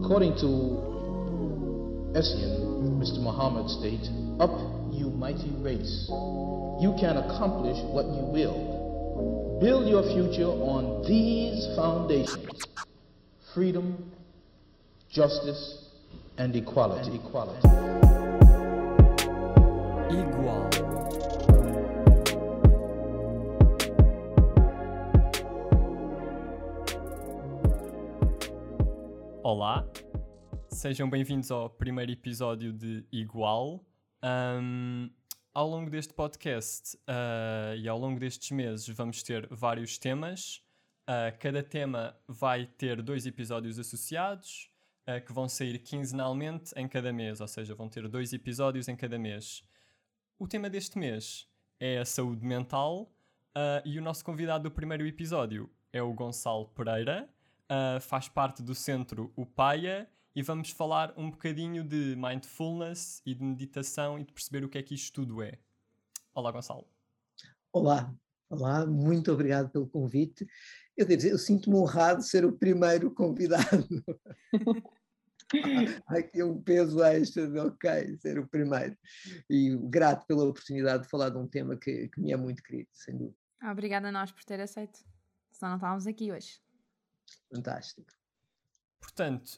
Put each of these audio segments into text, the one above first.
According to Essien, Mr. Muhammad states, "Up, you mighty race. You can accomplish what you will. Build your future on these foundations: freedom, justice, and equality." Igual. Olá, sejam bem-vindos ao primeiro episódio de Igual. Ao longo deste podcast e ao longo destes meses vamos ter vários temas. Cada tema vai ter 2 episódios associados que vão sair quinzenalmente em cada mês, ou seja, vão ter 2 episódios em cada mês. O tema deste mês é a saúde mental e o nosso convidado do primeiro episódio é o Gonçalo Pereira. Faz parte do centro Upaya e vamos falar um bocadinho de mindfulness e de meditação e de perceber o que é que isto tudo é. Olá, Gonçalo. Olá, muito obrigado pelo convite. Eu devo dizer, eu sinto-me honrado de ser o primeiro convidado. Há aqui um peso extra de ok, ser o primeiro. E grato pela oportunidade de falar de um tema que me é muito querido, sem dúvida. Obrigada a nós por ter aceito, senão não estávamos aqui hoje. Fantástico. Portanto,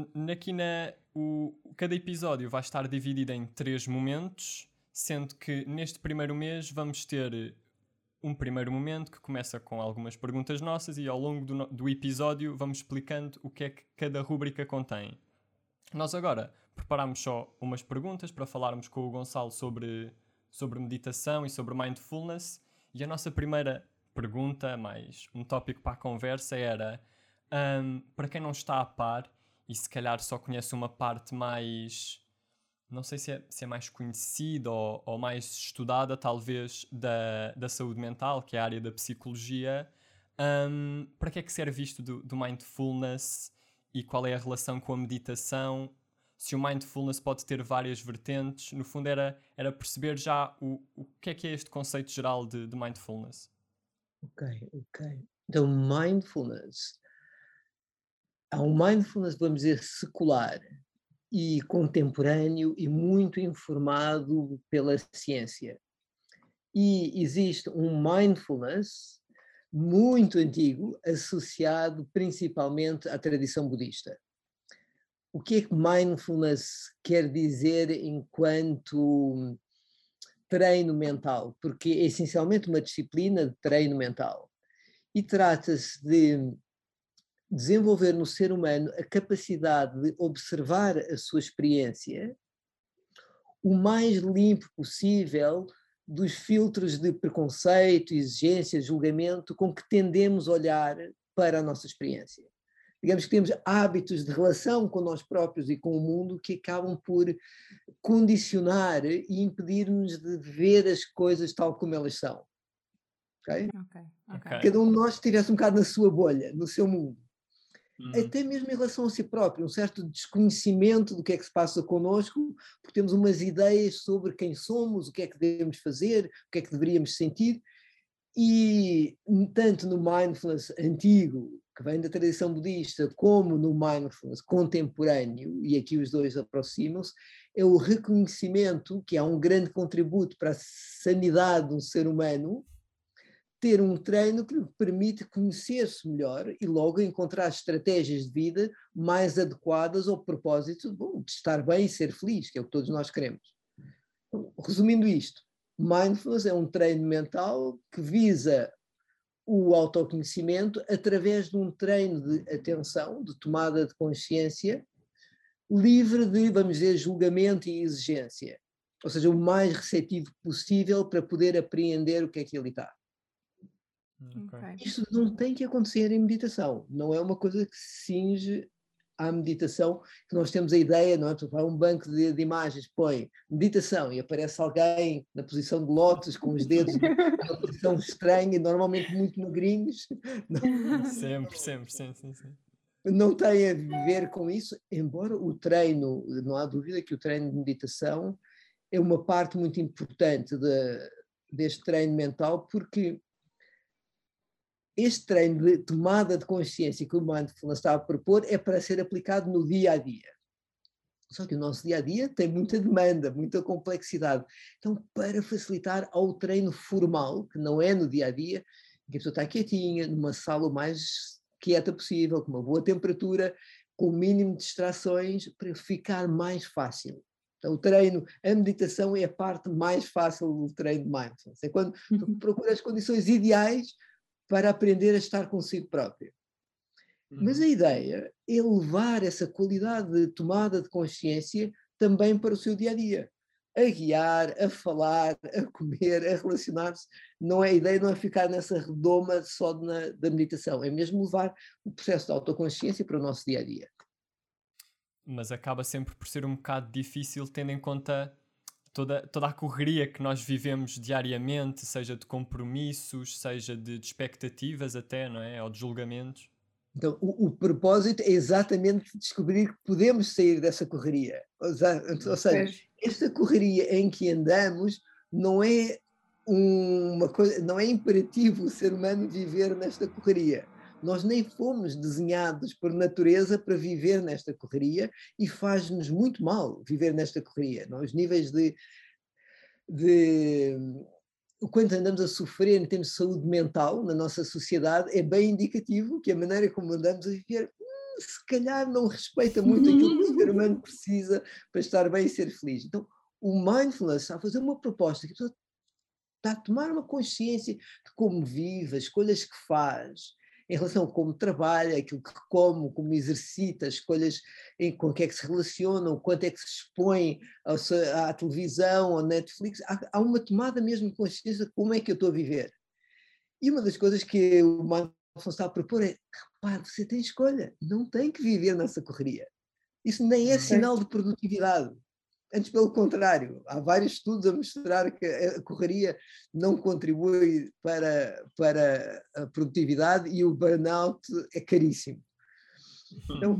cada episódio vai estar dividido em 3 momentos, sendo que neste primeiro mês vamos ter um primeiro momento que começa com algumas perguntas nossas e ao longo do episódio vamos explicando o que é que cada rúbrica contém. Nós agora preparámos só umas perguntas para falarmos com o Gonçalo sobre meditação e sobre mindfulness, e a nossa primeira pergunta, mais um tópico para a conversa, era... para quem não está a par e se calhar só conhece uma parte mais, não sei se é mais conhecida ou mais estudada talvez da saúde mental, que é a área da psicologia, para que é que serve isto do mindfulness e qual é a relação com a meditação? Se o mindfulness pode ter várias vertentes, no fundo era perceber já o que é este conceito geral de mindfulness. Ok. Então, mindfulness... Há um mindfulness, vamos dizer, secular e contemporâneo e muito informado pela ciência. E existe um mindfulness muito antigo, associado principalmente à tradição budista. O que é que mindfulness quer dizer enquanto treino mental? Porque é essencialmente uma disciplina de treino mental. E trata-se de desenvolver no ser humano a capacidade de observar a sua experiência o mais limpo possível dos filtros de preconceito, exigência, julgamento com que tendemos a olhar para a nossa experiência. Digamos que temos hábitos de relação com nós próprios e com o mundo que acabam por condicionar e impedir-nos de ver as coisas tal como elas são. Okay? Cada um de nós estivesse um bocado na sua bolha, no seu mundo. Até mesmo em relação a si próprio, um certo desconhecimento do que é que se passa connosco, porque temos umas ideias sobre quem somos, o que é que devemos fazer, o que é que deveríamos sentir, e tanto no mindfulness antigo, que vem da tradição budista, como no mindfulness contemporâneo, e aqui os dois aproximam-se, é o reconhecimento, que é um grande contributo para a sanidade do ser humano, ter um treino que lhe permite conhecer-se melhor e logo encontrar estratégias de vida mais adequadas ao propósito de estar bem e ser feliz, que é o que todos nós queremos. Resumindo isto, mindfulness é um treino mental que visa o autoconhecimento através de um treino de atenção, de tomada de consciência, livre de, vamos dizer, julgamento e exigência. Ou seja, o mais receptivo possível para poder apreender o que é que ali está. Okay. Isto não tem que acontecer em meditação, não é uma coisa que se cinge à meditação, que nós temos a ideia, não é? Tu vai a um banco de imagens, põe meditação e aparece alguém na posição de lótus com os dedos numa posição estranha, normalmente muito magrinhos. Sempre, sim. Não tem a ver com isso, embora o treino, não há dúvida que o treino de meditação é uma parte muito importante deste treino mental, porque este treino de tomada de consciência que o Mindfulness está a propor é para ser aplicado no dia a dia. Só que o nosso dia a dia tem muita demanda, muita complexidade. Então, para facilitar ao treino formal, que não é no dia a dia, que a pessoa está quietinha, numa sala o mais quieta possível, com uma boa temperatura, com o mínimo de distrações, para ficar mais fácil. Então, o treino, a meditação é a parte mais fácil do treino de mindfulness. É quando tu procuras as condições ideais para aprender a estar consigo próprio. Mas a ideia é levar essa qualidade de tomada de consciência também para o seu dia-a-dia. A guiar, a falar, a comer, a relacionar-se. A ideia não é ficar nessa redoma só da meditação, é mesmo levar o processo de autoconsciência para o nosso dia-a-dia. Mas acaba sempre por ser um bocado difícil, tendo em conta toda a correria que nós vivemos diariamente, seja de compromissos, seja de expectativas até, não é? Ou de julgamentos. Então, o propósito é exatamente descobrir que podemos sair dessa correria. Ou seja, esta correria em que andamos não é uma coisa, não é imperativo o ser humano viver nesta correria. Nós nem fomos desenhados por natureza para viver nesta correria e faz-nos muito mal viver nesta correria. Os níveis quando andamos a sofrer em termos de saúde mental na nossa sociedade, é bem indicativo que a maneira como andamos a viver se calhar não respeita muito aquilo que o ser humano precisa para estar bem e ser feliz. Então, o mindfulness está a fazer uma proposta que a pessoa está a tomar uma consciência de como vive, as escolhas que faz, em relação a como trabalha, aquilo que come, como exercita, as escolhas com que é que se relacionam, o quanto é que se expõe à televisão, ao Netflix. Há uma tomada mesmo de consciência de como é que eu estou a viver. E uma das coisas que o Mindfulness está a propor é, repare, você tem escolha, não tem que viver nessa correria. Isso nem é sinal de produtividade. Antes, pelo contrário, há vários estudos a mostrar que a correria não contribui para a produtividade e o burnout é caríssimo. Então,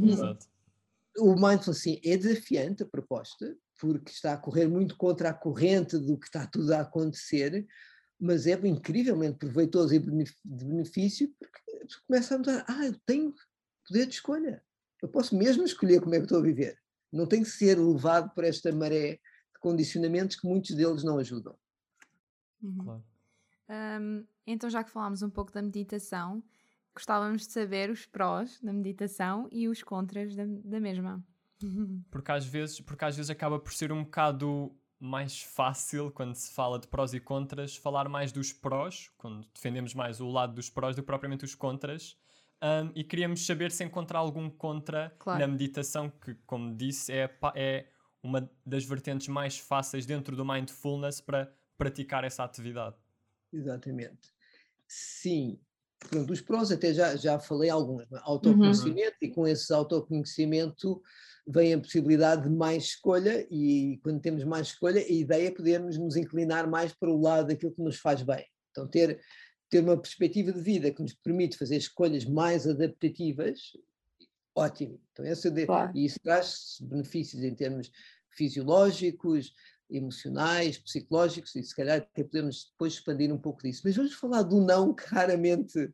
o Mindfulness, sim, é desafiante a proposta, porque está a correr muito contra a corrente do que está tudo a acontecer, mas é incrivelmente proveitoso e de benefício, porque começa a mudar. Eu tenho poder de escolha. Eu posso mesmo escolher como é que estou a viver. Não tem que ser levado por esta maré de condicionamentos que muitos deles não ajudam. Claro. Então, já que falámos um pouco da meditação, gostávamos de saber os prós da meditação e os contras da mesma. Porque às vezes acaba por ser um bocado mais fácil, quando se fala de prós e contras, falar mais dos prós, quando defendemos mais o lado dos prós do que propriamente os contras. E queríamos saber se encontrar algum contra na meditação, que, como disse, é uma das vertentes mais fáceis dentro do mindfulness para praticar essa atividade. Exatamente. Sim. Pronto, os prós até já falei alguns. Autoconhecimento, e com esse autoconhecimento vem a possibilidade de mais escolha, e quando temos mais escolha, a ideia é podermos nos inclinar mais para o lado daquilo que nos faz bem. Então, ter uma perspectiva de vida que nos permite fazer escolhas mais adaptativas, ótimo. Então, e isso traz benefícios em termos fisiológicos, emocionais, psicológicos, e se calhar até podemos depois expandir um pouco disso. Mas vamos falar do não, que raramente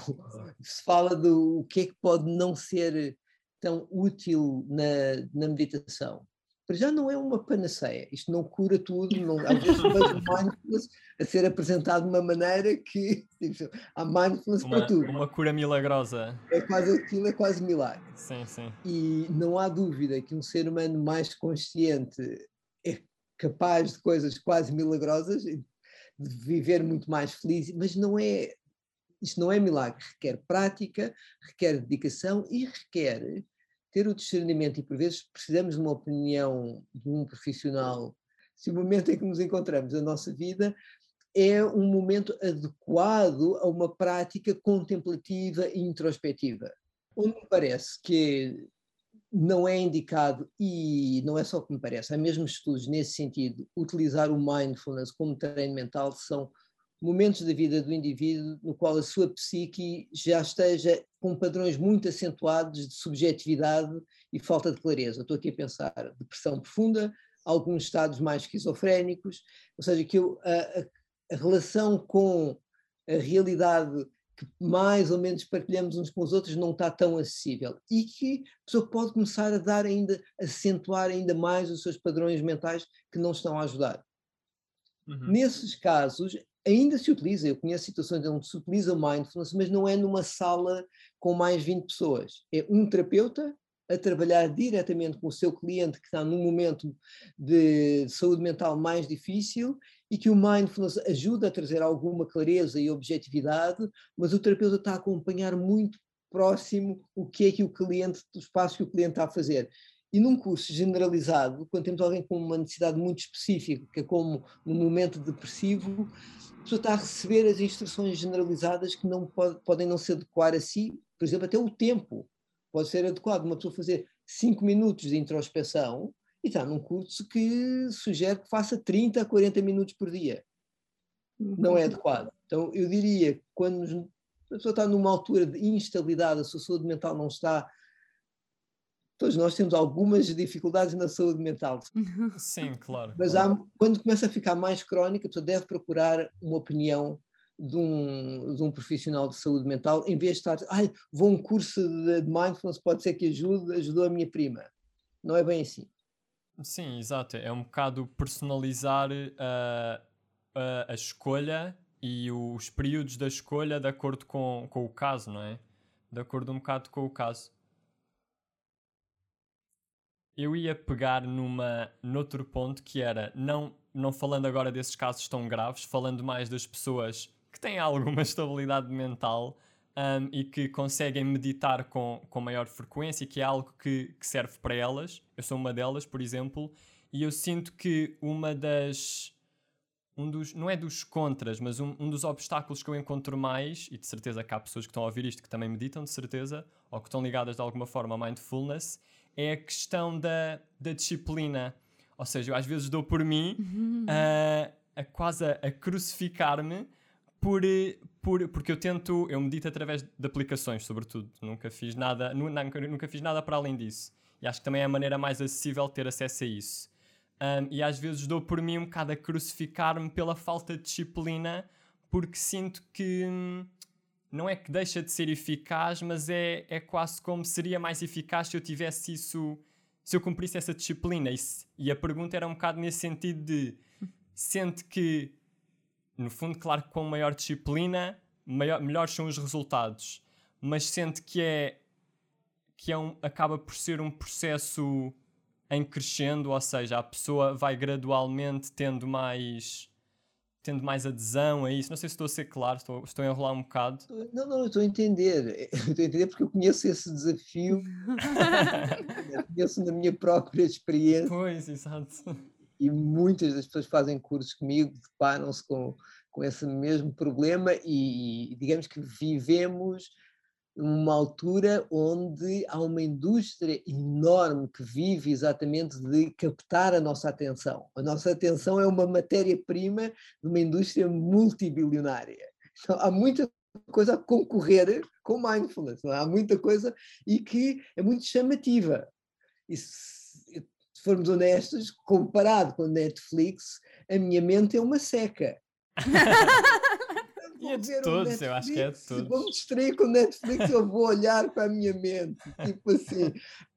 se fala do que é que pode não ser tão útil na meditação. Para já não é uma panaceia, isto não cura tudo, às vezes vejo mindfulness a ser apresentado de uma maneira que há mindfulness para tudo. Uma cura milagrosa. Aquilo é quase milagre. Sim, sim. E não há dúvida que um ser humano mais consciente é capaz de coisas quase milagrosas, de viver muito mais feliz, mas isto não é milagre, requer prática, requer dedicação e requer ter o discernimento, e por vezes precisamos de uma opinião de um profissional. Se o momento em que nos encontramos na nossa vida é um momento adequado a uma prática contemplativa e introspectiva, onde me parece que não é indicado, e não é só que me parece, há mesmo estudos nesse sentido, utilizar o mindfulness como treino mental. São momentos da vida do indivíduo no qual a sua psique já esteja com padrões muito acentuados de subjetividade e falta de clareza. Estou aqui a pensar depressão profunda, alguns estados mais esquizofrénicos, ou seja, que a relação com a realidade que mais ou menos partilhamos uns com os outros não está tão acessível e que a pessoa pode começar a acentuar ainda mais os seus padrões mentais que não estão a ajudar. Nesses casos, ainda se utiliza, eu conheço situações onde se utiliza o mindfulness, mas não é numa sala com mais 20 pessoas. É um terapeuta a trabalhar diretamente com o seu cliente que está num momento de saúde mental mais difícil e que o mindfulness ajuda a trazer alguma clareza e objetividade, mas o terapeuta está a acompanhar muito próximo o que o cliente, os passos que o cliente está a fazer. E num curso generalizado, quando temos alguém com uma necessidade muito específica, como num momento depressivo, a pessoa está a receber as instruções generalizadas que não podem não se adequar a si, por exemplo, até o tempo pode ser adequado. Uma pessoa fazer 5 minutos de introspeção e está num curso que sugere que faça 30 a 40 minutos por dia. Não é adequado. Então, eu diria que quando a pessoa está numa altura de instabilidade, a sua saúde mental não está... Todos nós temos algumas dificuldades na saúde mental. Sim, claro. Mas quando começa a ficar mais crónica, a pessoa deve procurar uma opinião de um profissional de saúde mental, em vez de estar, vou a um curso de mindfulness, pode ser que ajudou a minha prima. Não é bem assim. Sim, exato. É um bocado personalizar a escolha e os períodos da escolha de acordo com o caso, não é? De acordo um bocado com o caso. Eu ia pegar noutro ponto que era, não falando agora desses casos tão graves, falando mais das pessoas que têm alguma estabilidade mental e que conseguem meditar com maior frequência, que é algo que serve para elas. Eu sou uma delas, por exemplo, e eu sinto que não é dos contras, mas um dos obstáculos que eu encontro mais, e de certeza que há pessoas que estão a ouvir isto que também meditam, de certeza, ou que estão ligadas de alguma forma a mindfulness, é a questão da disciplina. Ou seja, eu às vezes dou por mim quase a crucificar-me porque eu medito através de aplicações, sobretudo. Nunca fiz nada para além disso. E acho que também é a maneira mais acessível de ter acesso a isso. E às vezes dou por mim um bocado a crucificar-me pela falta de disciplina, porque sinto que não é que deixa de ser eficaz, mas é quase como seria mais eficaz se eu tivesse isso, se eu cumprisse essa disciplina. E a pergunta era um bocado nesse sentido de, sente que, no fundo, claro que com maior disciplina, melhores são os resultados, mas sente que acaba por ser um processo em crescendo, ou seja, a pessoa vai gradualmente tendo mais adesão a isso. Não sei se estou a ser claro, estou a enrolar um bocado. Não, eu estou a entender. Eu estou a entender porque eu conheço esse desafio. Eu conheço na minha própria experiência. Pois, exato. E muitas das pessoas que fazem cursos comigo deparam-se com esse mesmo problema e digamos que vivemos numa altura onde há uma indústria enorme que vive exatamente de captar a nossa atenção. A nossa atenção é uma matéria-prima de uma indústria multibilionária. Então, há muita coisa a concorrer com mindfulness, não é? Há muita coisa e que é muito chamativa. E se formos honestos, comparado com a Netflix, a minha mente é uma seca. E é de todos, eu acho que é de todos. Se vou me distrair com o Netflix, eu vou olhar para a minha mente. Tipo assim,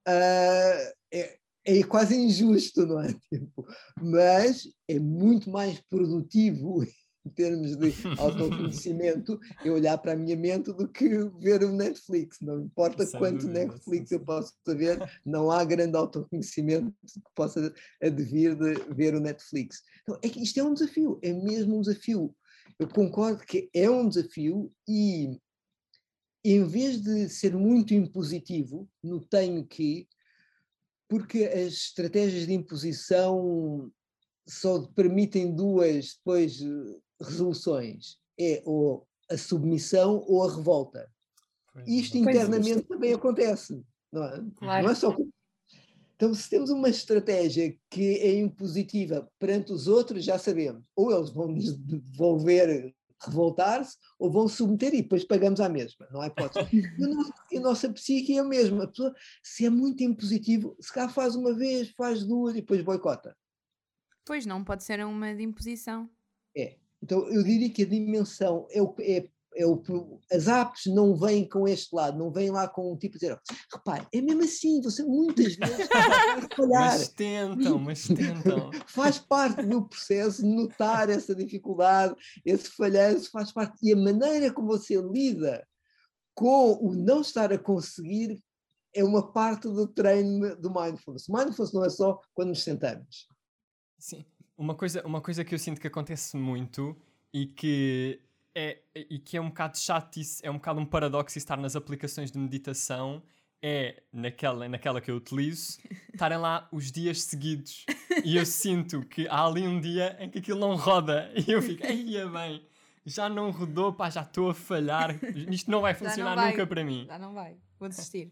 é quase injusto, não é? Tipo, mas é muito mais produtivo em termos de autoconhecimento eu olhar para a minha mente do que ver o Netflix. Não importa quanto Netflix eu posso ver, não há grande autoconhecimento que possa advir de ver o Netflix. Então, é que isto é um desafio, é mesmo um desafio. Eu concordo que é um desafio e, em vez de ser muito impositivo, no tenho que, porque as estratégias de imposição só permitem duas depois resoluções, é ou a submissão ou a revolta. Isto internamente também acontece, não é? Claro. Não é só... Então, se temos uma estratégia que é impositiva perante os outros, já sabemos. Ou eles vão nos devolver, revoltar-se, ou vão submeter e depois pagamos à mesma. Não há hipótese. E a nossa psique é a mesma. A pessoa, se é muito impositivo, se cá faz uma vez, faz duas e depois boicota. Pois não, pode ser uma de imposição. É. Então, eu diria que a dimensão é As apps não vêm com este lado, não vêm lá com um tipo de dizer, repare, é mesmo assim, você muitas vezes vai falhar. Mas tentam. Faz parte do processo notar essa dificuldade, esse falhanço faz parte. E a maneira como você lida com o não estar a conseguir é uma parte do treino do mindfulness. Mindfulness não é só quando nos sentamos. Sim. Uma coisa que eu sinto que acontece muito e que é um bocado chato, é um bocado um paradoxo estar nas aplicações de meditação, é naquela que eu utilizo, estarem lá os dias seguidos. E eu sinto que há ali um dia em que aquilo não roda. E eu fico, eia bem, já não rodou, pá, já estou a falhar. Isto não vai funcionar nunca para mim. Já não vai, vou desistir.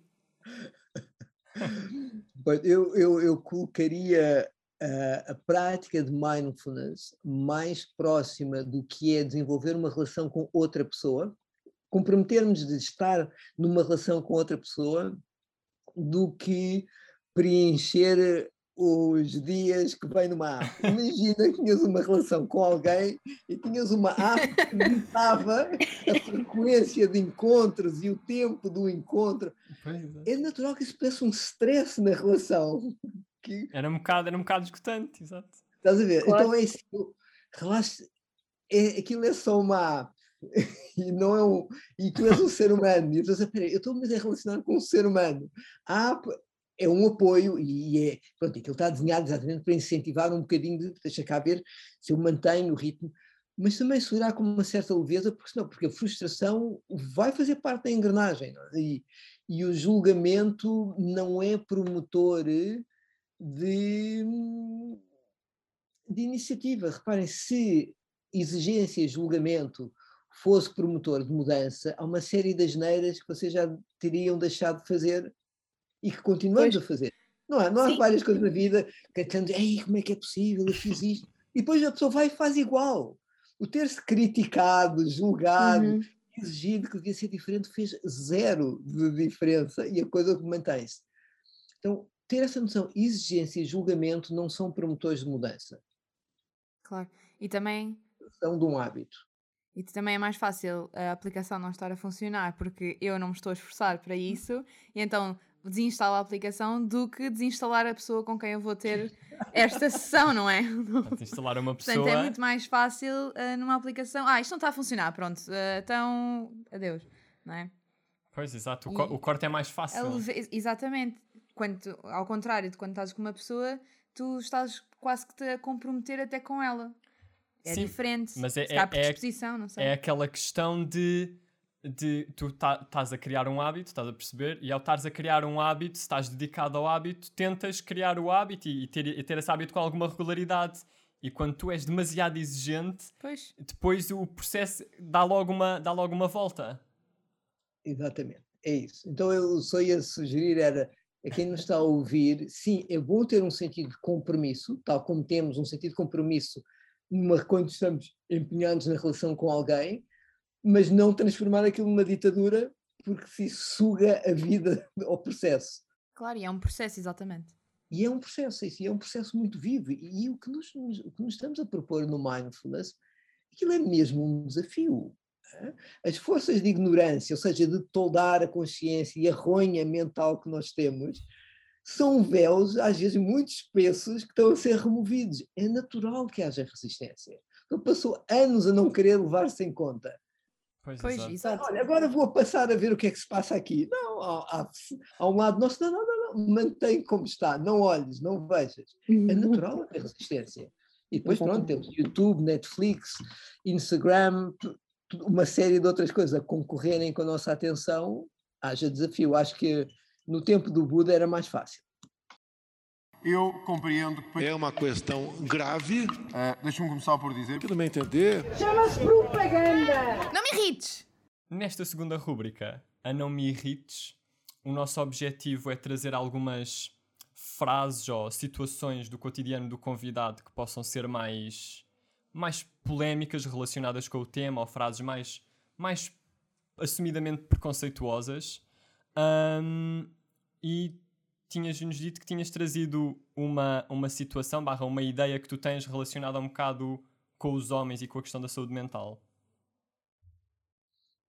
Eu colocaria a prática de mindfulness mais próxima do que é desenvolver uma relação com outra pessoa, comprometermos de estar numa relação com outra pessoa, do que preencher os dias que vem numa app. Imagina que tinhas uma relação com alguém e tinhas uma app que limitava a frequência de encontros e o tempo do encontro. É natural que isso pudesse um stress na relação. Era um bocado esgotante, exato. Estás a ver? Claro. Então é isso. Relaxa, aquilo é só uma app. E não é e tu és um ser humano. E eu estou-me a relacionar com um ser humano. A app é um apoio e pronto, aquilo está desenhado exatamente para incentivar um bocadinho deixa cá ver se eu mantenho o ritmo, mas também segurar com uma certa leveza, porque a frustração vai fazer parte da engrenagem, não é? E o julgamento não é promotor de iniciativa. Reparem, se exigência e julgamento fosse promotor de mudança, há uma série de asneiras que vocês já teriam deixado de fazer e que continuamos a fazer. Não há várias coisas na vida que estamos, ei, como é que é possível, eu fiz isto. E depois a pessoa vai e faz igual. O ter-se criticado, julgado, exigido que devia ser diferente, fez zero de diferença e a coisa mantém-se. Então, ter essa noção, exigência e julgamento não são promotores de mudança. Claro. E também... São de um hábito. E também é mais fácil a aplicação não estar a funcionar porque eu não me estou a esforçar para isso e então desinstalo a aplicação do que desinstalar a pessoa com quem eu vou ter esta sessão, não é? Instalar uma pessoa... Portanto, é muito mais fácil numa aplicação... isto não está a funcionar, pronto. Então, adeus, não é? Pois, exato. O corte é mais fácil. Exatamente. Ao contrário de quando estás com uma pessoa, tu estás quase que te a comprometer até com ela. É Sim, diferente, mas por disposição, não sei. É aquela questão de tu estás a criar um hábito, estás a perceber, e ao estares a criar um hábito, se estás dedicado ao hábito, tentas criar o hábito e ter esse hábito com alguma regularidade. E quando tu és demasiado exigente, depois o processo dá logo uma volta. Exatamente, é isso. Então eu só ia sugerir a quem nos está a ouvir, sim, é bom ter um sentido de compromisso, tal como temos um sentido de compromisso quando estamos empenhados na relação com alguém, mas não transformar aquilo numa ditadura, porque se suga a vida ao processo. Claro, e é um processo, exatamente. E é um processo, isso é um processo muito vivo. E o que nos estamos a propor no Mindfulness, aquilo é mesmo um desafio. As forças de ignorância, ou seja, de toldar a consciência e a ronha mental que nós temos, são véus, às vezes, muito espessos que estão a ser removidos. É natural que haja resistência. Ele passou anos a não querer levar-se em conta. Pois exato. Olha, agora vou passar a ver o que é que se passa aqui. Não, há um lado nosso, não, mantém como está, não olhes, não vejas. É natural haver resistência. E depois, pronto, temos YouTube, Netflix, Instagram, uma série de outras coisas a concorrerem com a nossa atenção. Haja desafio. Acho que no tempo do Buda era mais fácil. Eu compreendo que... É uma questão grave. Deixa-me começar por dizer... Que não me entender... Chama-se propaganda! Não me irrites! Nesta segunda rúbrica, a Não Me Irrites, o nosso objetivo é trazer algumas frases ou situações do cotidiano do convidado que possam ser mais polémicas relacionadas com o tema ou frases mais assumidamente preconceituosas. E tinhas-nos dito que tinhas trazido uma situação, uma ideia que tu tens relacionada um bocado com os homens e com a questão da saúde mental.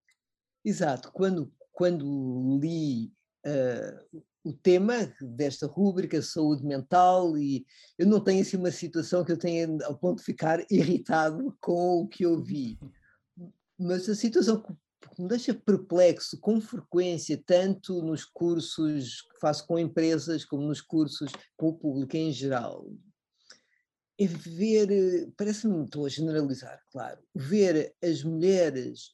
Exato. Quando li o tema desta rúbrica, saúde mental, e eu não tenho assim uma situação que eu tenha ao ponto de ficar irritado com o que eu vi. Mas a situação que me deixa perplexo com frequência, tanto nos cursos que faço com empresas, como nos cursos com o público em geral, é ver, parece-me, estou a generalizar, claro, ver as mulheres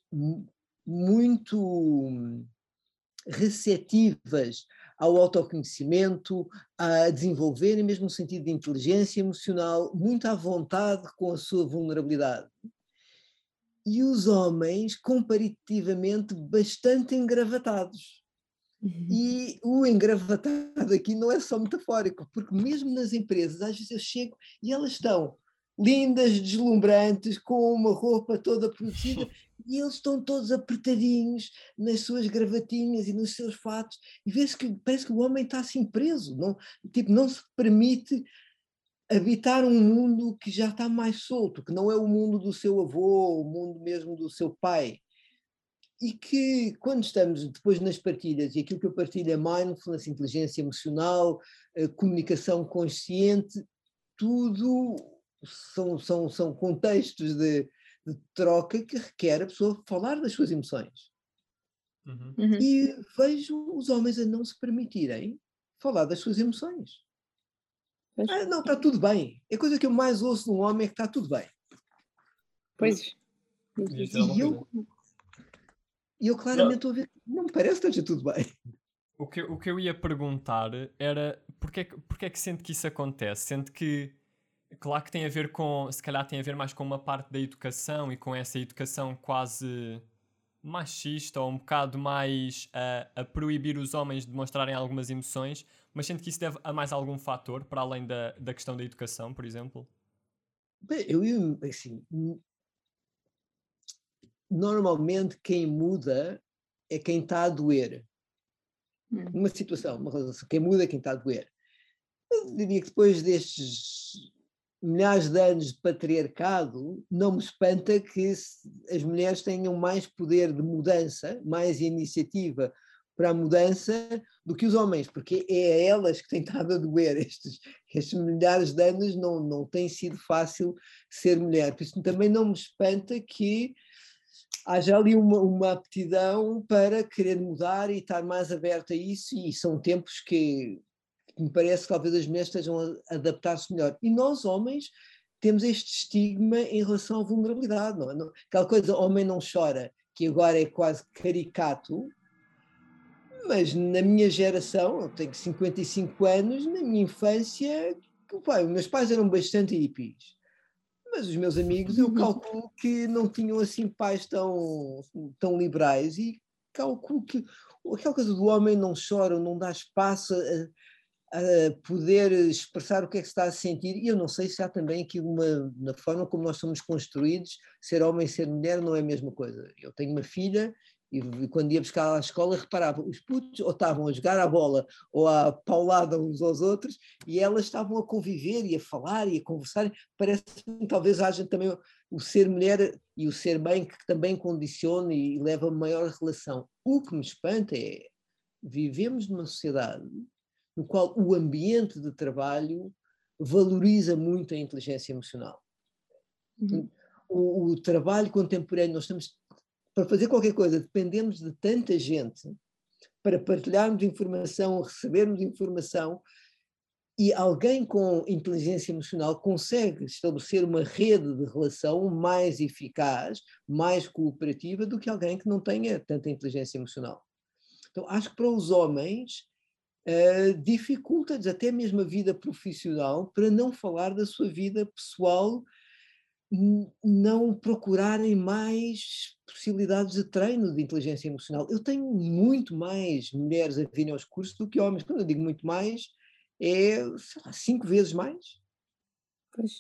muito receptivas ao autoconhecimento, a desenvolverem mesmo um sentido de inteligência emocional, muito à vontade com a sua vulnerabilidade. E os homens, comparativamente, bastante engravatados. E o engravatado aqui não é só metafórico, porque mesmo nas empresas, às vezes eu chego e elas estão lindas, deslumbrantes, com uma roupa toda produzida, e eles estão todos apertadinhos nas suas gravatinhas e nos seus fatos, e vê-se que parece que o homem está assim preso, não se permite habitar um mundo que já está mais solto, que não é o mundo do seu avô, o mundo mesmo do seu pai. E que, quando estamos depois nas partilhas, e aquilo que eu partilho é mindfulness, inteligência emocional, comunicação consciente, tudo são contextos de troca que requer a pessoa falar das suas emoções. E vejo os homens a não se permitirem falar das suas emoções. Não, está tudo bem. A coisa que eu mais ouço num homem é que está tudo bem. Pois. E eu claramente estou a ver, não me parece que esteja tudo bem. O que eu ia perguntar era porque é que sente que isso acontece? Sente que, claro que tem a ver com, se calhar tem a ver mais com uma parte da educação e com essa educação quase machista ou um bocado mais a proibir os homens de demonstrarem algumas emoções, mas sente que isso deve a mais algum fator, para além da questão da educação, por exemplo? Bem, assim, normalmente quem muda é quem está a doer. Uma situação, uma relação, quem muda é quem está a doer. Eu diria que depois destes milhares de anos de patriarcado, não me espanta que as mulheres tenham mais poder de mudança, mais iniciativa para a mudança do que os homens, porque é a elas que tem estado a doer. Estes milhares de anos não tem sido fácil ser mulher. Por isso também não me espanta que haja ali uma aptidão para querer mudar e estar mais aberta a isso, e são tempos que me parece que talvez as mulheres estejam a adaptar-se melhor. E nós, homens, temos este estigma em relação à vulnerabilidade. Não? Aquela coisa, homem não chora, que agora é quase caricato, mas na minha geração, eu tenho 55 anos, na minha infância, meus pais eram bastante hippies. Mas os meus amigos, eu calculo que não tinham assim pais tão liberais, e calculo que aquela coisa do homem não chora, não dá espaço a poder expressar o que é que se está a sentir. E eu não sei se há também aqui na forma como nós somos construídos, ser homem e ser mulher não é a mesma coisa. Eu tenho uma filha e quando ia buscar à escola reparava, os putos ou estavam a jogar a bola ou a paulada uns aos outros, e elas estavam a conviver e a falar e a conversar. Parece-me talvez haja também o ser mulher e o ser mãe que também condiciona e leva a maior relação. O que me espanta é, vivemos numa sociedade no qual o ambiente de trabalho valoriza muito a inteligência emocional. O trabalho contemporâneo, nós estamos, para fazer qualquer coisa, dependemos de tanta gente para partilharmos informação, recebermos informação, e alguém com inteligência emocional consegue estabelecer uma rede de relação mais eficaz, mais cooperativa do que alguém que não tenha tanta inteligência emocional. Então, acho que para os homens dificulta-lhes até mesmo a vida profissional, para não falar da sua vida pessoal, não procurarem mais possibilidades de treino de inteligência emocional. Eu tenho muito mais mulheres a virem aos cursos do que homens. Quando eu digo muito mais, é, sei lá, 5 vezes mais. Pois.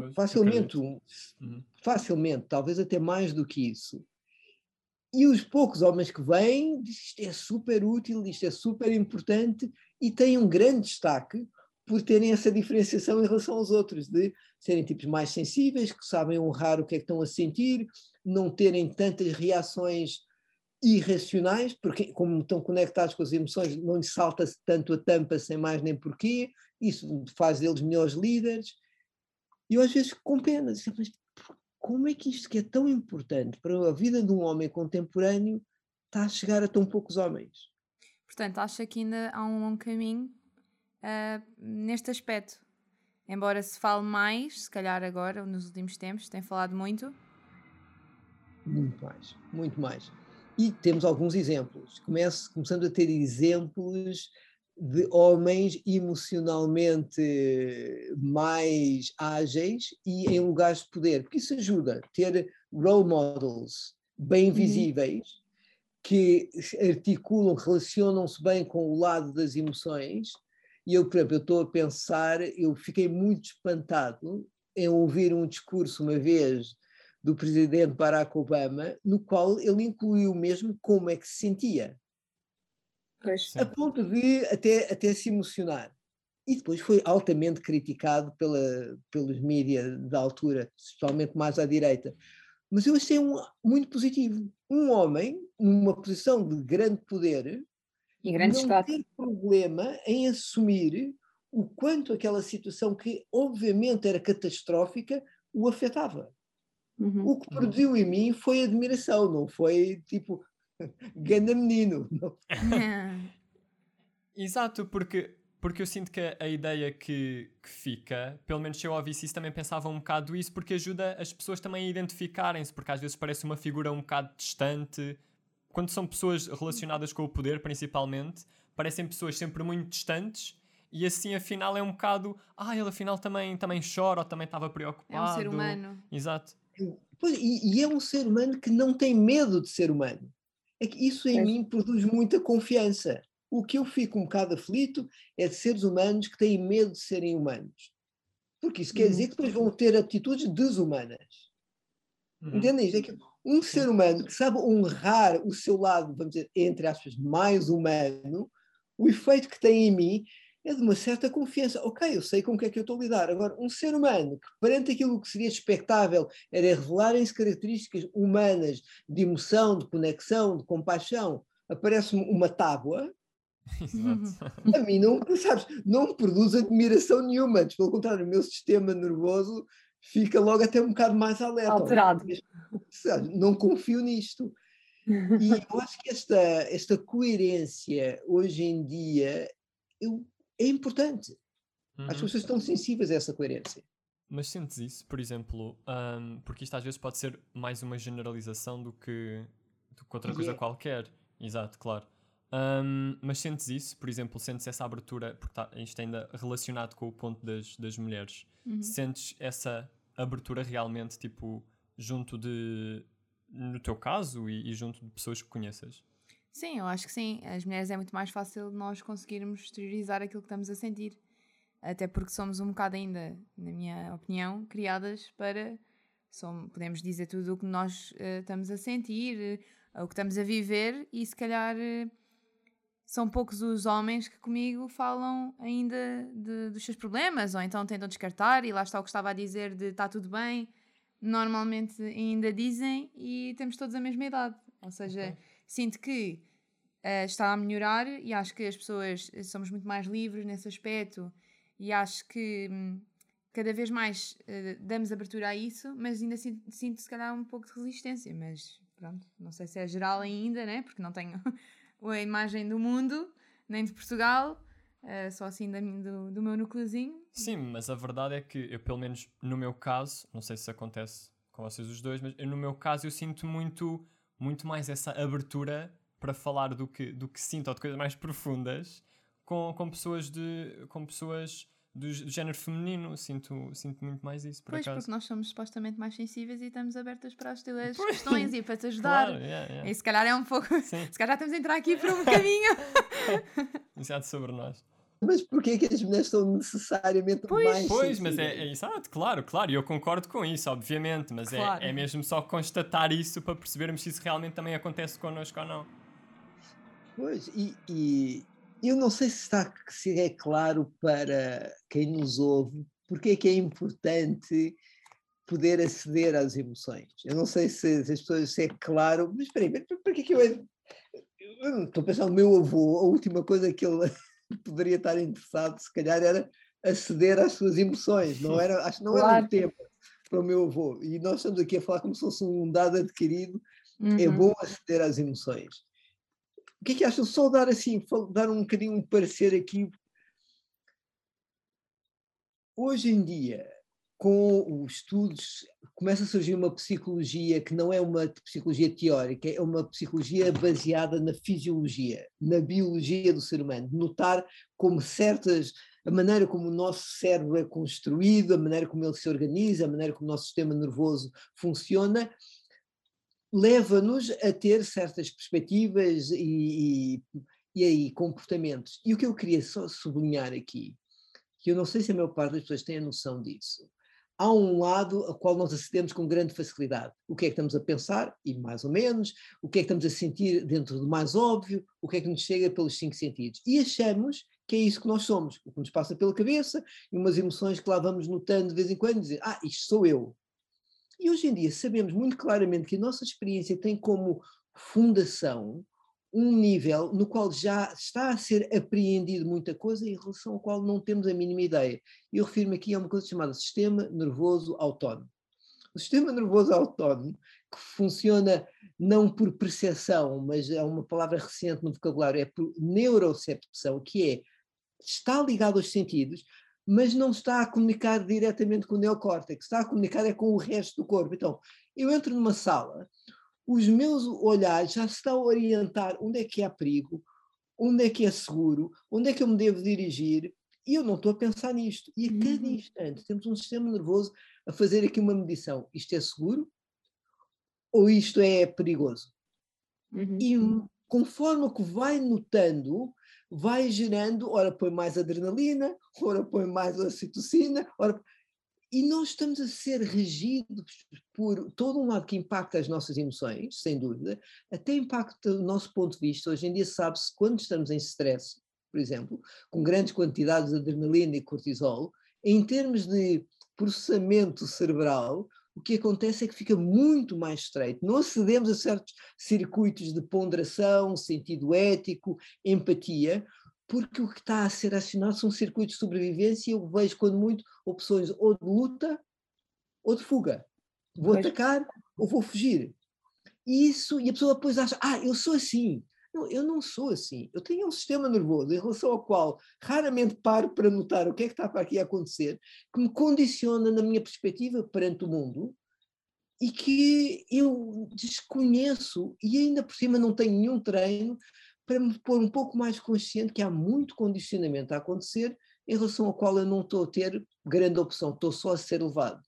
Facilmente, talvez até mais do que isso. E os poucos homens que vêm, dizem isto é super útil, isto é super importante, e têm um grande destaque por terem essa diferenciação em relação aos outros, de serem tipos mais sensíveis, que sabem honrar o que é que estão a sentir, não terem tantas reações irracionais, porque como estão conectados com as emoções, não lhes salta tanto a tampa sem mais nem porquê, isso faz deles melhores líderes. E eu às vezes com pena, mas como é que isto que é tão importante para a vida de um homem contemporâneo está a chegar a tão poucos homens? Portanto, acho que ainda há um longo caminho neste aspecto. Embora se fale mais, se calhar agora, nos últimos tempos, tem falado muito. Muito mais, muito mais. E temos alguns exemplos. Começando a ter exemplos de homens emocionalmente mais ágeis e em lugares de poder, porque isso ajuda. Ter role models bem visíveis, que articulam, relacionam-se bem com o lado das emoções. E eu, por exemplo, eu estou a pensar, eu fiquei muito espantado em ouvir um discurso uma vez do presidente Barack Obama, no qual ele incluiu mesmo como é que se sentia, a ponto de até se emocionar. E depois foi altamente criticado pelos mídias da altura, especialmente mais à direita. Mas eu achei muito positivo. Um homem, numa posição de grande poder, E grande não destaque. ter problema em assumir o quanto aquela situação, que obviamente era catastrófica, o afetava. O que produziu em mim foi admiração, não foi tipo ganda menino. Não. Exato, porque eu sinto que a ideia que fica, pelo menos se eu ouvisse isso, também pensava um bocado isso, porque ajuda as pessoas também a identificarem-se, porque às vezes parece uma figura um bocado distante. Quando são pessoas relacionadas com o poder, principalmente, parecem pessoas sempre muito distantes, e assim afinal é um bocado, ele afinal também chora, ou também estava preocupado. É um ser humano. Exato. Pois, e é um ser humano que não tem medo de ser humano. É que isso em mim produz muita confiança. O que eu fico um bocado aflito é de seres humanos que têm medo de serem humanos. Porque isso quer dizer que depois vão ter atitudes desumanas. Entendem isto? É que um ser humano que sabe honrar o seu lado, vamos dizer, entre aspas, mais humano, o efeito que tem em mim é de uma certa confiança. Ok, eu sei com o que é que eu estou a lidar. Agora, um ser humano que, perante aquilo que seria expectável, era revelarem-se características humanas de emoção, de conexão, de compaixão, aparece-me uma tábua, a mim não, sabes, não me produz admiração nenhuma. Pelo contrário, o meu sistema nervoso fica logo até um bocado mais alerta. Alterado. Não confio nisto. E eu acho que esta coerência, hoje em dia, é importante. As pessoas estão sensíveis a essa coerência. Mas sentes isso, por exemplo, porque isto às vezes pode ser mais uma generalização do que outra coisa qualquer. Exato, claro. Mas sentes isso, por exemplo, sentes essa abertura, porque isto ainda relacionado com o ponto das mulheres, sentes essa abertura realmente, tipo, junto de, no teu caso, e junto de pessoas que conheças? Sim, eu acho que sim. As mulheres é muito mais fácil nós conseguirmos exteriorizar aquilo que estamos a sentir. Até porque somos um bocado ainda, na minha opinião, criadas para... podemos dizer tudo o que nós estamos a sentir, o que estamos a viver, e se calhar são poucos os homens que comigo falam ainda dos seus problemas, ou então tentam descartar, e lá está o que estava a dizer de está tudo bem. Normalmente ainda dizem, e temos todos a mesma idade. Ou seja, sinto que está a melhorar, e acho que as pessoas somos muito mais livres nesse aspecto, e acho que cada vez mais damos abertura a isso, mas ainda sinto se calhar um pouco de resistência. Mas pronto, não sei se é geral ainda, né? Porque não tenho a imagem do mundo, nem de Portugal, só assim do meu núcleozinho. Sim, mas a verdade é que eu, pelo menos no meu caso, não sei se acontece com vocês os dois, mas no meu caso eu sinto muito mais essa abertura para falar do que sinto, ou de coisas mais profundas, com pessoas do género feminino. Sinto muito mais isso, por acaso. Porque nós somos supostamente mais sensíveis e estamos abertas para as tuas questões e para te ajudar. Claro, yeah. E se calhar é um pouco... Sim. Se calhar estamos a entrar aqui por um caminho. Exato, sobre nós. Mas porquê é que as mulheres são necessariamente mais Pois, sensíveis? mas é exato, claro, e eu concordo com isso, obviamente, mas claro. é mesmo só constatar isso para percebermos se isso realmente também acontece connosco ou não. Pois, e eu não sei se é claro para quem nos ouve porque é que é importante poder aceder às emoções. Eu não sei se as pessoas, se é claro, mas espera aí, para que é que eu não estou a pensar no meu avô, a última coisa que ele poderia estar interessado, se calhar, era aceder às suas emoções, não era, acho que não era um tema para o meu avô. E nós estamos aqui a falar como se fosse um dado adquirido, é bom aceder às emoções. O que é que acham? Só dar assim, dar um bocadinho um parecer aqui. Hoje em dia, com os estudos, começa a surgir uma psicologia que não é uma psicologia teórica, é uma psicologia baseada na fisiologia, na biologia do ser humano, de notar como a maneira como o nosso cérebro é construído, a maneira como ele se organiza, a maneira como o nosso sistema nervoso funciona, leva-nos a ter certas perspectivas e aí comportamentos. E o que eu queria só sublinhar aqui, que eu não sei se a maior parte das pessoas tem a noção disso, há um lado ao qual nós acedemos com grande facilidade. O que é que estamos a pensar, e mais ou menos, o que é que estamos a sentir dentro do mais óbvio, o que é que nos chega pelos 5 sentidos. E achamos que é isso que nós somos, o que nos passa pela cabeça, e umas emoções que lá vamos notando de vez em quando, e dizer, isto sou eu. E hoje em dia sabemos muito claramente que a nossa experiência tem como fundação um nível no qual já está a ser apreendido muita coisa em relação ao qual não temos a mínima ideia. Eu refiro-me aqui a uma coisa chamada sistema nervoso autónomo. O sistema nervoso autónomo, que funciona não por percepção, mas é uma palavra recente no vocabulário, é por neurocepção, que é, está ligado aos sentidos, mas não está a comunicar diretamente com o neocórtex, está a comunicar é com o resto do corpo. Então, eu entro numa sala, os meus olhares já estão a orientar onde é que há perigo, onde é que é seguro, onde é que eu me devo dirigir, e eu não estou a pensar nisto. E a cada instante temos um sistema nervoso a fazer aqui uma medição. Isto é seguro ou isto é perigoso? E conforme o que vai notando, vai gerando, ora põe mais adrenalina, ora põe mais ocitocina, e nós estamos a ser regidos por todo um lado que impacta as nossas emoções, sem dúvida, até impacta o nosso ponto de vista. Hoje em dia sabe-se quando estamos em stress, por exemplo, com grandes quantidades de adrenalina e cortisol, em termos de processamento cerebral, o que acontece é que fica muito mais estreito. Não acedemos a certos circuitos de ponderação, sentido ético, empatia, porque o que está a ser acionado são circuitos de sobrevivência e eu vejo, quando muito, opções ou de luta ou de fuga. Vou atacar ou vou fugir. E a pessoa depois acha, eu sou assim. Não, eu não sou assim. Eu tenho um sistema nervoso em relação ao qual raramente paro para notar o que é que está para aqui a acontecer, que me condiciona na minha perspectiva perante o mundo e que eu desconheço e ainda por cima não tenho nenhum treino para me pôr um pouco mais consciente que há muito condicionamento a acontecer em relação ao qual eu não estou a ter grande opção, estou só a ser levado.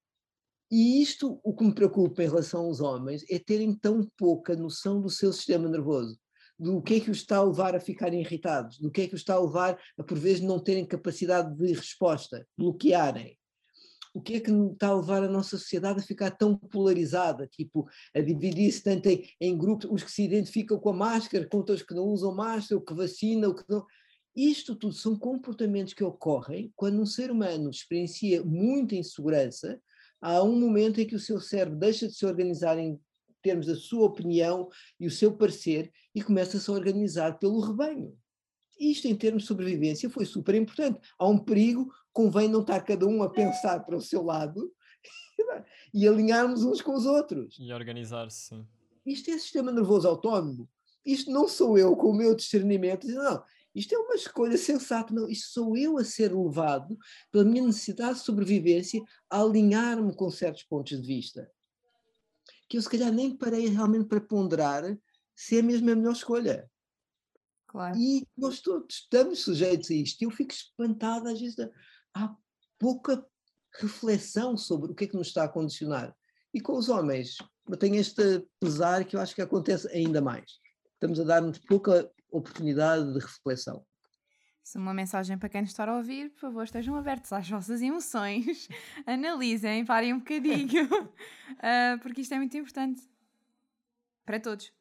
E isto, o que me preocupa em relação aos homens, é terem tão pouca noção do seu sistema nervoso, do que é que os está a levar a ficarem irritados, do que é que os está a levar a, por vezes, não terem capacidade de resposta, bloquearem. O que é que está a levar a nossa sociedade a ficar tão polarizada, tipo, a dividir-se tanto em grupos, os que se identificam com a máscara, contra os que não usam máscara, o que vacina, o que não... Isto tudo são comportamentos que ocorrem quando um ser humano experiencia muita insegurança. Há um momento em que o seu cérebro deixa de se organizar em termos da sua opinião e o seu parecer e começa-se a organizar pelo rebanho. Isto, em termos de sobrevivência, foi super importante. Há um perigo, convém não estar cada um a pensar para o seu lado e alinharmos uns com os outros. E organizar-se, sim. Isto é sistema nervoso autónomo. Isto não sou eu com o meu discernimento. Não, isto é uma escolha sensata. Não, isto sou eu a ser levado pela minha necessidade de sobrevivência a alinhar-me com certos pontos de vista. Que eu, se calhar, nem parei realmente para ponderar se é mesmo a melhor escolha. Claro. E nós todos estamos sujeitos a isto. Eu fico espantada, às vezes, há pouca reflexão sobre o que é que nos está a condicionar. E com os homens, eu tenho este pesar que eu acho que acontece ainda mais. Estamos a dar-nos pouca oportunidade de reflexão. Se uma mensagem para quem nos está a ouvir, por favor, estejam abertos às vossas emoções, analisem, parem um bocadinho, porque isto é muito importante para todos.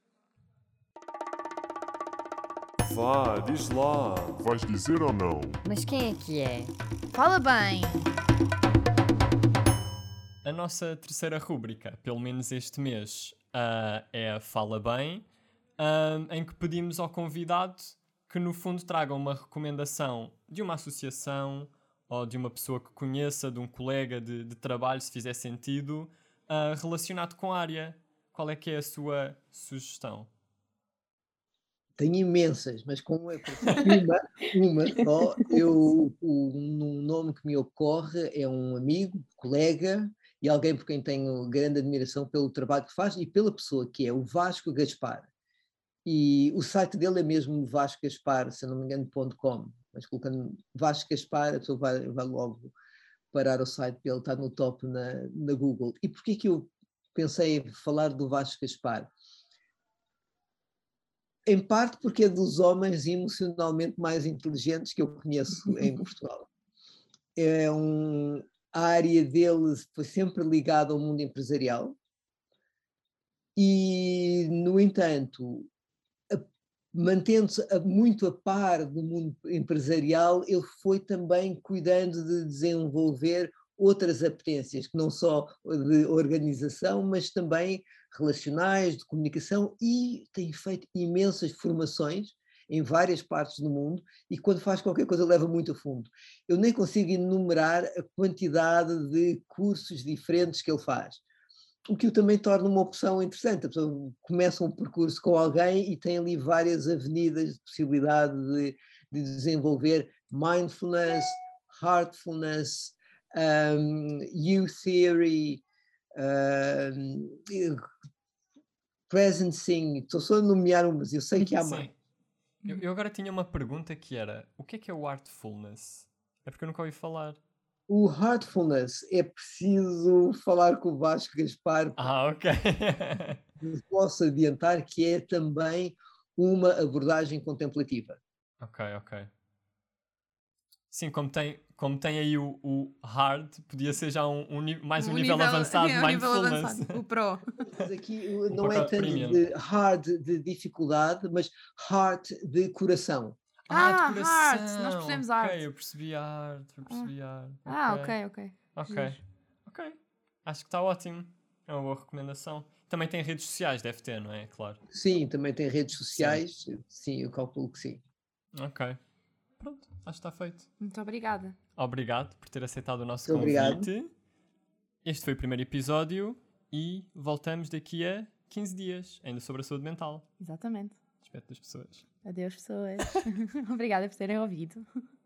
Vá, diz lá. Vais dizer ou não? Mas quem é que é? Fala bem! A nossa terceira rúbrica, pelo menos este mês, é a Fala Bem, em que pedimos ao convidado que no fundo traga uma recomendação de uma associação ou de uma pessoa que conheça, de um colega de trabalho, se fizer sentido, relacionado com a área. Qual é que é a sua sugestão? Tenho imensas, mas como é uma só, um nome que me ocorre é um amigo, colega e alguém por quem tenho grande admiração pelo trabalho que faz e pela pessoa que é o Vasco Gaspar. E o site dele é mesmo Vasco Gaspar, se não me engano, .com, mas colocando Vasco Gaspar, a pessoa vai logo parar o site dele, está no top na Google. E porquê que eu pensei em falar do Vasco Gaspar? Em parte porque é dos homens emocionalmente mais inteligentes que eu conheço em Portugal. A área dele foi sempre ligada ao mundo empresarial e, no entanto, mantendo-se muito a par do mundo empresarial, ele foi também cuidando de desenvolver outras apetências, que não só de organização, mas também relacionais, de comunicação, e tem feito imensas formações em várias partes do mundo e quando faz qualquer coisa leva muito a fundo. Eu nem consigo enumerar a quantidade de cursos diferentes que ele faz, o que o também torna uma opção interessante. A pessoa começa um percurso com alguém e tem ali várias avenidas de possibilidade de desenvolver mindfulness, heartfulness, U-theory, presencing. Estou só a nomear umas, eu sei que há mais. Eu agora tinha uma pergunta que era, o que é o Heartfulness? É porque eu nunca ouvi falar. O Heartfulness é preciso falar com o Vasco Gaspar. Ok. Posso adiantar que é também uma abordagem contemplativa. Ok. Sim, como tem aí o hard, podia ser já mais um nível avançado de mindfulness. O pro. Mas aqui não é tanto de hard de dificuldade, mas heart de coração. De coração. Art. Nós percebemos arte. Ok, eu percebi a arte. Ok. Acho que está ótimo. É uma boa recomendação. Também tem redes sociais, deve ter, não é? Claro. Sim, também tem redes sociais. Sim, eu calculo que sim. Ok. Pronto, acho que está feito. Muito obrigada. Obrigado por ter aceitado o nosso Muito convite. Obrigado. Este foi o primeiro episódio e voltamos daqui a 15 dias, ainda sobre a saúde mental. Exatamente. Respeito das pessoas. Adeus, pessoas. Obrigada por terem ouvido.